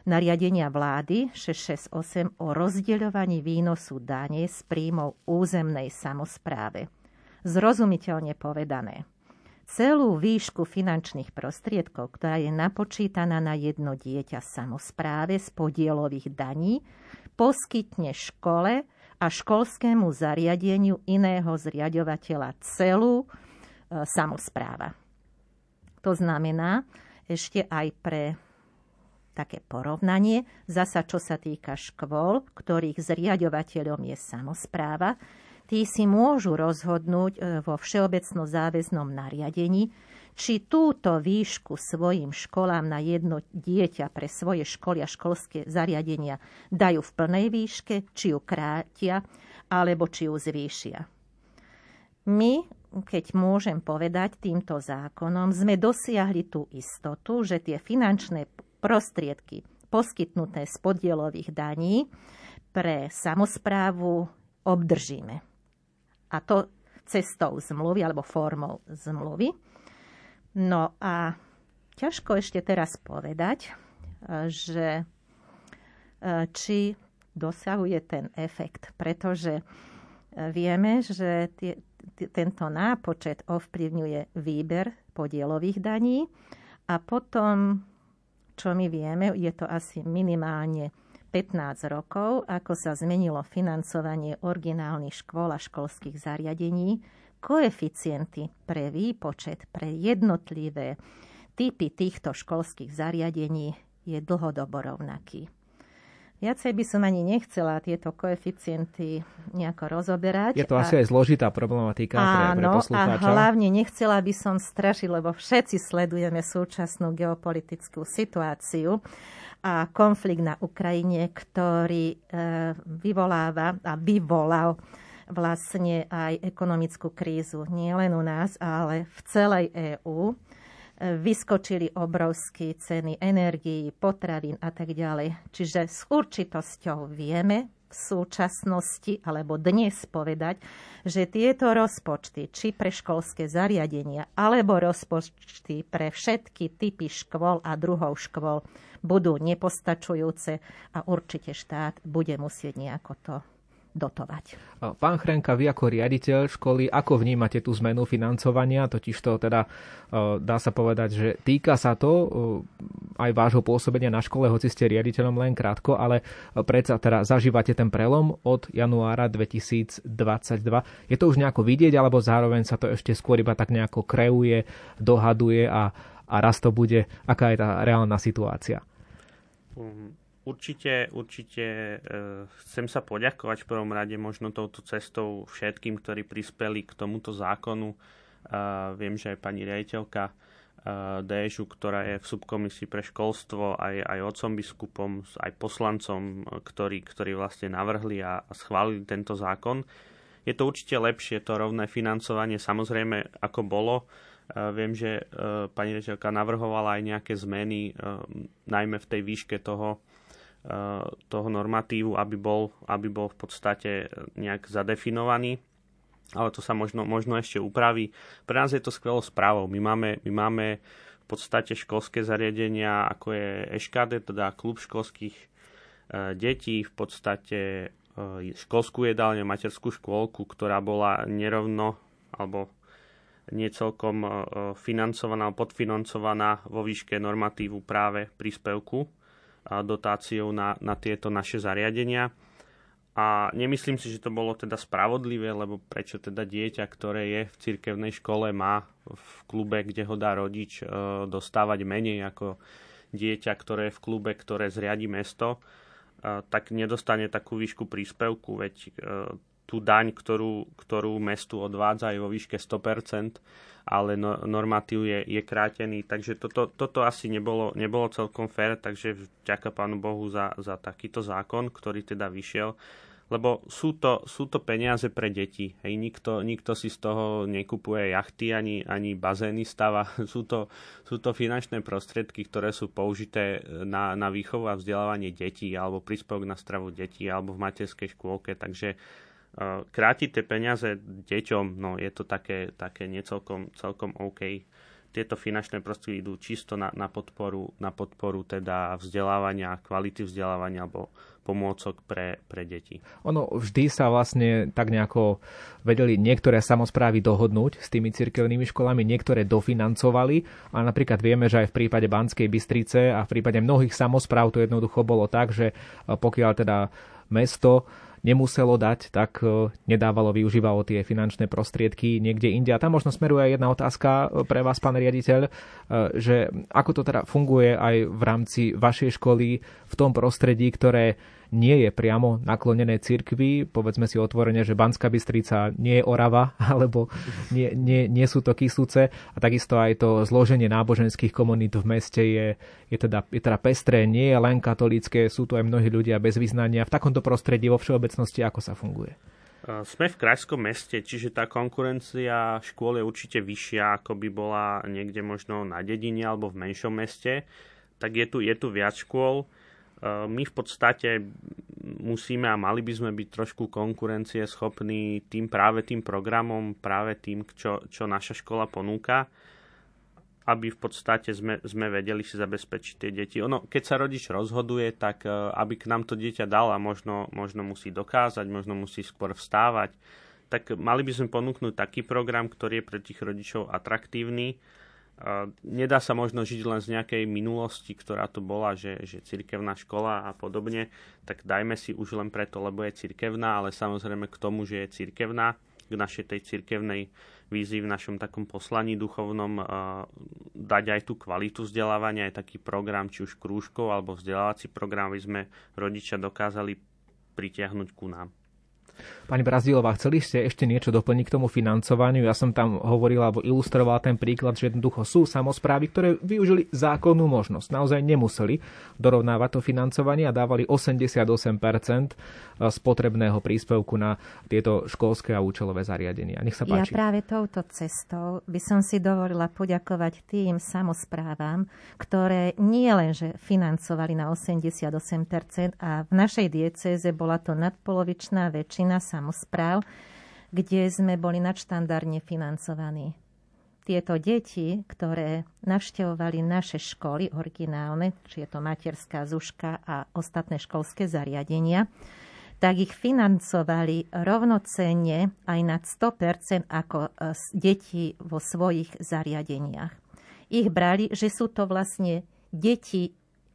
nariadenia vlády 668 o rozdeľovaní výnosu dane z príjmov územnej samospráve. Zrozumiteľne povedané, celú výšku finančných prostriedkov, ktorá je napočítaná na jedno dieťa samospráve z podielových daní, poskytne škole a školskému zariadeniu iného zriaďovateľa celú samospráva. To znamená, ešte aj pre také porovnanie, zasa čo sa týka škôl, ktorých zriaďovateľom je samospráva, tí si môžu rozhodnúť vo všeobecno záväznom nariadení, či túto výšku svojim školám na jedno dieťa pre svoje školy a školské zariadenia dajú v plnej výške, či ju krátia, alebo či ju zvýšia. My, keď môžem povedať týmto zákonom, sme dosiahli tú istotu, že tie finančné prostriedky poskytnuté z podielových daní pre samosprávu obdržíme. A to cestou zmluvy alebo formou zmluvy. No a ťažko ešte teraz povedať, že či dosahuje ten efekt, pretože vieme, že tento nápočet ovplyvňuje výber podielových daní a potom, čo my vieme, je to asi minimálne 15 rokov, ako sa zmenilo financovanie originálnych škôl a školských zariadení, koeficienty pre výpočet pre jednotlivé typy týchto školských zariadení je dlhodobo rovnaký. Viacej by som ani nechcela tieto koeficienty nejako rozoberať. Je to asi aj zložitá problematika pre poslucháča. A hlavne nechcela by som strašiť, lebo všetci sledujeme súčasnú geopolitickú situáciu a konflikt na Ukrajine, ktorý vyvoláva a vyvolal vlastne aj ekonomickú krízu nielen u nás, ale v celej EÚ. Vyskočili obrovské ceny energií, potravín a tak ďalej. Čiže s určitosťou vieme v súčasnosti alebo dnes povedať, že tieto rozpočty, či pre školské zariadenia, alebo rozpočty pre všetky typy škôl a druhov škôl budú nepostačujúce a určite štát bude musieť nejako to dotovať. Pán Chrenka, vy ako riaditeľ školy, ako vnímate tú zmenu financovania? Totiž to teda dá sa povedať, že týka sa to aj vášho pôsobenia na škole, hoci ste riaditeľom len krátko, ale predsa teda zažívate ten prelom od januára 2022. Je to už nejako vidieť, alebo zároveň sa to ešte skôr iba tak nejako kreuje, dohaduje a raz to bude, aká je tá reálna situácia? Určite chcem sa poďakovať v prvom rade možno touto cestou všetkým, ktorí prispeli k tomuto zákonu. Viem, že aj pani riaditeľka DŠU, ktorá je v subkomisii pre školstvo, aj otcom biskupom, aj poslancom, ktorí vlastne navrhli a schválili tento zákon. Je to určite lepšie, to rovné financovanie, samozrejme, ako bolo. Viem, že pani riaditeľka navrhovala aj nejaké zmeny, najmä v tej výške toho normatívu, aby bol v podstate nejak zadefinovaný, ale to sa možno ešte upraví. Pre nás je to skvelou správou. My máme v podstate školské zariadenia, ako je EŠKD, teda klub školských detí, v podstate školskú jedálňu, materskú škôlku, ktorá bola nerovno alebo nie celkom financovaná, podfinancovaná vo výške normatívu práve príspevku dotáciou na tieto naše zariadenia. A nemyslím si, že to bolo teda spravodlivé, lebo prečo teda dieťa, ktoré je v cirkevnej škole, má v klube, kde ho dá rodič, dostávať menej ako dieťa, ktoré je v klube, ktoré zriadi mesto, tak nedostane takú výšku príspevku, veď tú daň, ktorú mestu odvádza je vo výške 100%, ale normatív je krátený, takže toto asi nebolo celkom fér, takže vďaka Pánu Bohu za takýto zákon, ktorý teda vyšiel, lebo sú to peniaze pre deti. Hej, nikto si z toho nekupuje jachty ani bazény stava. Sú to finančné prostriedky, ktoré sú použité na výchovu a vzdelávanie detí alebo príspevok na stravu detí alebo v materskej škôlke, takže krátiť tie peniaze deťom, no je to také necelkom OK. tieto finančné prostriedky idú čisto na podporu teda vzdelávania, kvality vzdelávania alebo pomôcok pre deti. Ono vždy sa vlastne tak nejako vedeli niektoré samosprávy dohodnúť s tými cirkevnými školami, niektoré dofinancovali, a napríklad vieme, že aj v prípade Banskej Bystrice a v prípade mnohých samospráv to jednoducho bolo tak, že pokiaľ teda mesto nemuselo dať, tak nedávalo, využívalo tie finančné prostriedky niekde inde. A tam možno smeruje aj jedna otázka pre vás, pán riaditeľ, že ako to teda funguje aj v rámci vašej školy v tom prostredí, ktoré nie je priamo naklonené cirkvi. Povedzme si otvorene, že Banská Bystrica nie je Orava, alebo nie sú to Kysuce. A takisto aj to zloženie náboženských komunít v meste je teda pestré, nie je len katolícke, sú tu aj mnohí ľudia bez vyznania. V takomto prostredí vo všeobecnosti ako sa funguje? Sme v krajskom meste, čiže tá konkurencia škôl je určite vyššia, ako by bola niekde možno na dedine alebo v menšom meste. Tak je tu viac škôl. My v podstate musíme a mali by sme byť trošku konkurencieschopní tým programom, práve tým, čo naša škola ponúka, aby v podstate sme vedeli si zabezpečiť tie deti. Keď sa rodič rozhoduje, tak aby k nám to dieťa dal a možno musí dokázať, možno musí skôr vstávať, tak mali by sme ponúknuť taký program, ktorý je pre tých rodičov atraktívny. Nedá sa možno žiť len z nejakej minulosti, ktorá tu bola, že cirkevná škola a podobne, tak dajme si už len preto, lebo je cirkevná, ale samozrejme k tomu, že je cirkevná, k našej tej cirkevnej vízii v našom takom poslaní duchovnom dať aj tú kvalitu vzdelávania, aj taký program, či už krúžkov alebo vzdelávací program, aby sme rodičia dokázali pritiahnuť ku nám. Pani Brazdilová, chceli ste ešte niečo doplniť k tomu financovaniu? Ja som tam hovoril alebo ilustroval ten príklad, že jednoducho sú samosprávy, ktoré využili zákonnú možnosť. Naozaj nemuseli dorovnávať to financovanie a dávali 88% spotrebného príspevku na tieto školské a účelové zariadenia. Nech sa páči. Ja práve touto cestou by som si dovolila poďakovať tým samosprávam, ktoré nie len, že financovali na 88% a v našej diecéze bola to nadpolovičná väčšina samospráv, kde sme boli nadštandardne financovaní. Tieto deti, ktoré navštevovali naše školy originálne, či je to materská, zuška a ostatné školské zariadenia, tak ich financovali rovnocenne aj nad 100% ako deti vo svojich zariadeniach. Ich brali, že sú to vlastne deti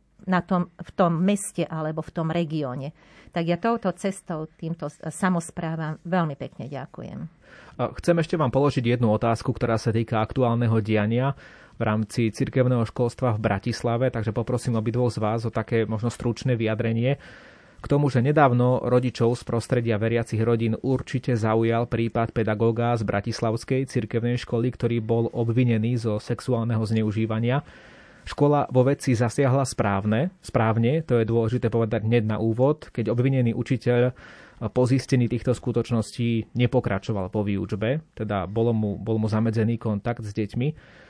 v tom meste alebo v tom regióne. Tak ja touto cestou týmto samosprávam veľmi pekne ďakujem. Chcem ešte vám položiť jednu otázku, ktorá sa týka aktuálneho diania v rámci cirkevného školstva v Bratislave, takže poprosím obidvoch z vás o také možno stručné vyjadrenie k tomu, že nedávno rodičov z prostredia veriacich rodín určite zaujal prípad pedagóga z bratislavskej cirkevnej školy, ktorý bol obvinený zo sexuálneho zneužívania. Škola vo veci zasiahla správne, to je dôležité povedať hneď na úvod, keď obvinený učiteľ po zistení týchto skutočností nepokračoval po výučbe, teda bol mu zamedzený kontakt s deťmi.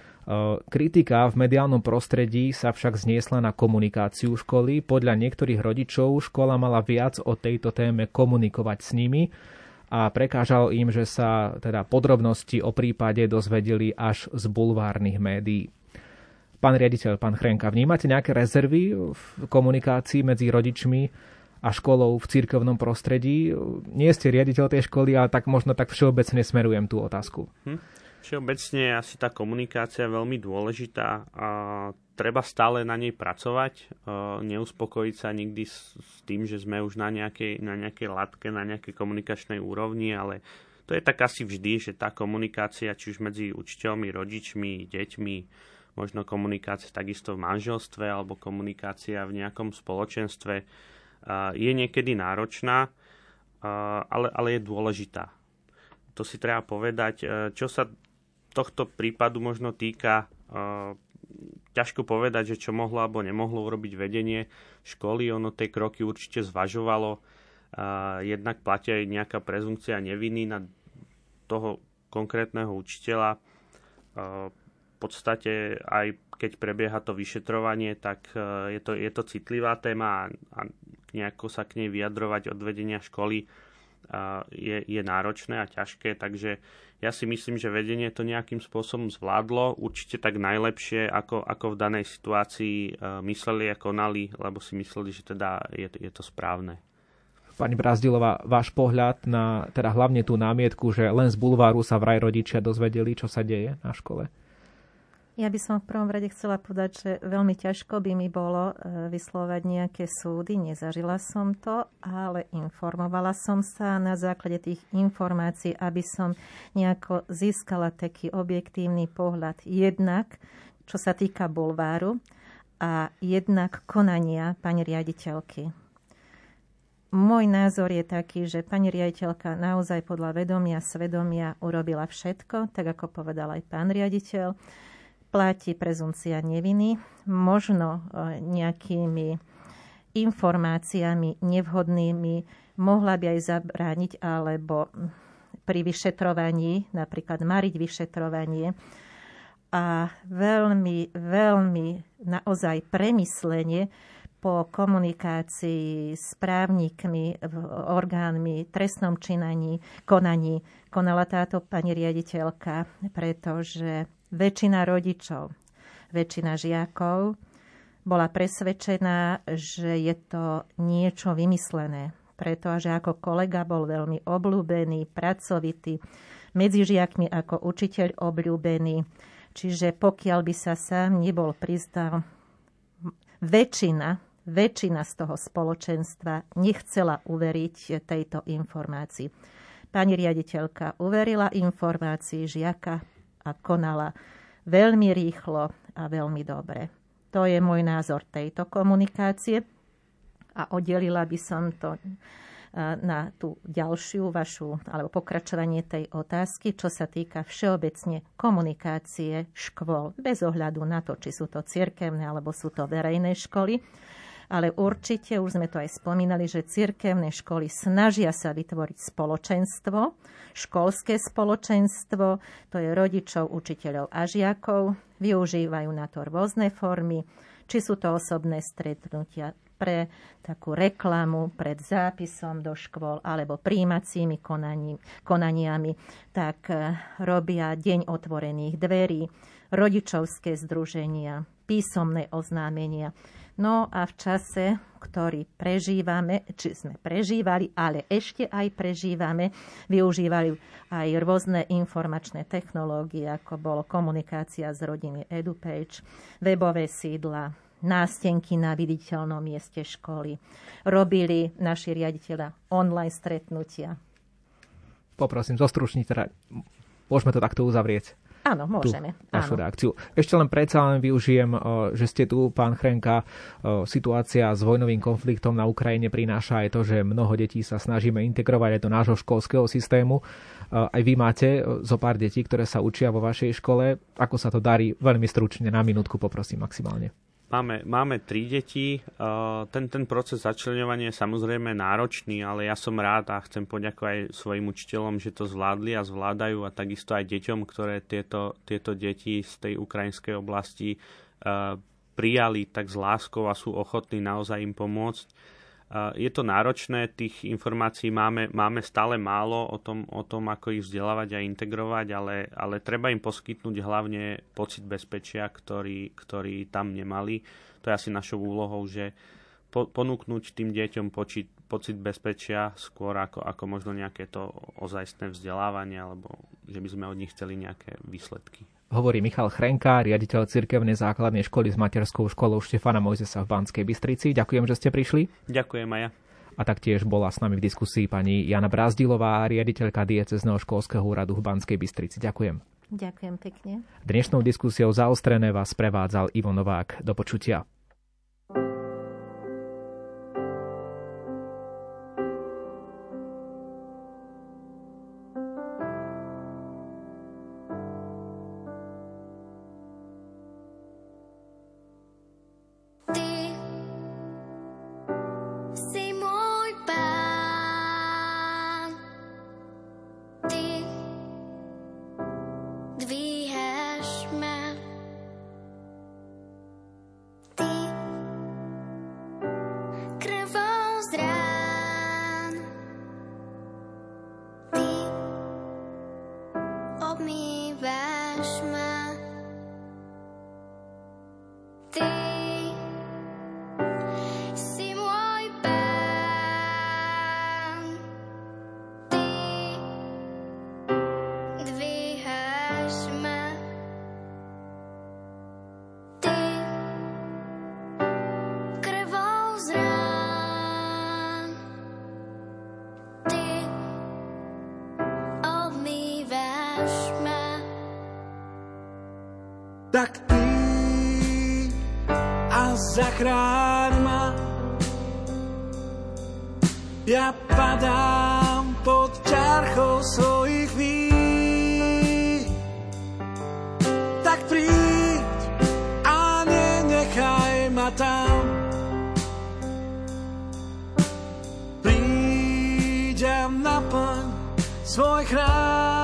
Kritika v mediálnom prostredí sa však zniesla na komunikáciu školy. Podľa niektorých rodičov škola mala viac o tejto téme komunikovať s nimi a prekážalo im, že sa teda podrobnosti o prípade dozvedeli až z bulvárnych médií. Pán riaditeľ, pán Chrenka, vnímate nejaké rezervy v komunikácii medzi rodičmi a školou v cirkevnom prostredí? Nie ste riaditeľ tej školy, ale tak možno tak všeobecne smerujem tú otázku. Všeobecne asi tá komunikácia je veľmi dôležitá a treba stále na nej pracovať. Neuspokojiť sa nikdy s tým, že sme už na nejakej latke, na nejakej komunikačnej úrovni, ale to je tak asi vždy, že tá komunikácia, či už medzi učiteľmi, rodičmi, deťmi, možno komunikácia takisto v manželstve alebo komunikácia v nejakom spoločenstve je niekedy náročná, ale je dôležitá. To si treba povedať. Čo sa tohto prípadu možno týka, ťažko povedať, že čo mohlo alebo nemohlo urobiť vedenie školy. Ono tie kroky určite zvažovalo. Jednak platia aj nejaká prezumpcia neviny na toho konkrétneho učiteľa. V podstate aj keď prebieha to vyšetrovanie, tak je to citlivá téma a nejako sa k nej vyjadrovať od vedenia školy je náročné a ťažké, takže ja si myslím, že vedenie to nejakým spôsobom zvládlo, určite tak najlepšie, ako v danej situácii mysleli a konali, lebo si mysleli, že teda je to správne. Pani Brazdilová, váš pohľad na teda hlavne tú námietku, že len z bulváru sa vraj rodičia dozvedeli, čo sa deje na škole? Ja by som v prvom rade chcela povedať, že veľmi ťažko by mi bolo vyslovať nejaké súdy. Nezažila som to, ale informovala som sa na základe tých informácií, aby som nejako získala taký objektívny pohľad. Jednak, čo sa týka bulváru a jednak konania pani riaditeľky. Môj názor je taký, že pani riaditeľka naozaj podľa vedomia, svedomia urobila všetko, tak ako povedal aj pán riaditeľ. Platí prezumcia neviny, možno nejakými informáciami nevhodnými mohla by aj zabrániť alebo pri vyšetrovaní, napríklad mariť vyšetrovanie a veľmi, veľmi naozaj premyslenie po komunikácii s právnikmi, orgánmi, trestnom konaní konala táto pani riaditeľka, pretože väčšina rodičov, väčšina žiakov bola presvedčená, že je to niečo vymyslené. Pretože ako kolega bol veľmi obľúbený, pracovitý, medzi žiakmi ako učiteľ obľúbený. Čiže pokiaľ by sa sám nebol priznal, väčšina z toho spoločenstva nechcela uveriť tejto informácii. Pani riaditeľka uverila informácii žiaka a konala veľmi rýchlo a veľmi dobre. To je môj názor tejto komunikácie a oddelila by som to na tú ďalšiu vašu, alebo pokračovanie tej otázky, čo sa týka všeobecne komunikácie škôl, bez ohľadu na to, či sú to cirkevné, alebo sú to verejné školy. Ale určite, už sme to aj spomínali, že cirkevné školy snažia sa vytvoriť spoločenstvo, školské spoločenstvo, to je rodičov, učiteľov a žiakov, využívajú na to rôzne formy, či sú to osobné stretnutia pre takú reklamu pred zápisom do škôl alebo prijímacími konaniami, tak robia deň otvorených dverí, rodičovské združenia, písomné oznámenia. No a v čase, ktorý prežívame, či sme prežívali, ale ešte aj prežívame, využívali aj rôzne informačné technológie, ako bolo komunikácia z rodiny EduPage, webové sídla, nástenky na viditeľnom mieste školy. Robili naši riaditeľa online stretnutia. Poprosím, zostručniť teda, môžeme to takto uzavrieť. Áno, môžeme. Našu reakciu. Ešte len predsa len využijem, že ste tu, pán Chrenka. Situácia s vojnovým konfliktom na Ukrajine prináša aj to, že mnoho detí sa snažíme integrovať aj do nášho školského systému. Aj vy máte zo pár detí, ktoré sa učia vo vašej škole. Ako sa to darí? Veľmi stručne, na minútku poprosím maximálne. Máme 3 deti. Ten proces začleňovania je samozrejme náročný, ale ja som rád a chcem poďakovať svojim učiteľom, že to zvládli a zvládajú a takisto aj deťom, ktoré tieto deti z tej ukrajinskej oblasti prijali tak s láskou a sú ochotní naozaj im pomôcť. Je to náročné, tých informácií máme stále málo o tom, ako ich vzdelávať a integrovať, ale treba im poskytnúť hlavne pocit bezpečia, ktorý tam nemali. To je asi našou úlohou, že ponúknuť tým deťom pocit bezpečia skôr ako možno nejaké to ozajstné vzdelávanie, alebo že by sme od nich chceli nejaké výsledky. Hovorí Michal Chrenka, riaditeľ cirkevnej základnej školy s materskou školou Štefana Mojzesa v Banskej Bystrici. Ďakujem, že ste prišli. Ďakujem aj ja. A taktiež bola s nami v diskusii pani Jana Brazdilová, riaditeľka diecézneho školského úradu v Banskej Bystrici. Ďakujem. Ďakujem pekne. Dnešnou diskusiou Zaostrené vás prevádzal Ivo Novák. Do počutia. Ty obmývaš ma. Ty si môj pán, ty dvíhaš ma, ty krvou z rán, ty obmývaš ma. Tak ty a zachráň ma. Ja padám pod ťarchou svojich vín. Tak príď a nenechaj ma tam. Príď a naplň svoj chrám.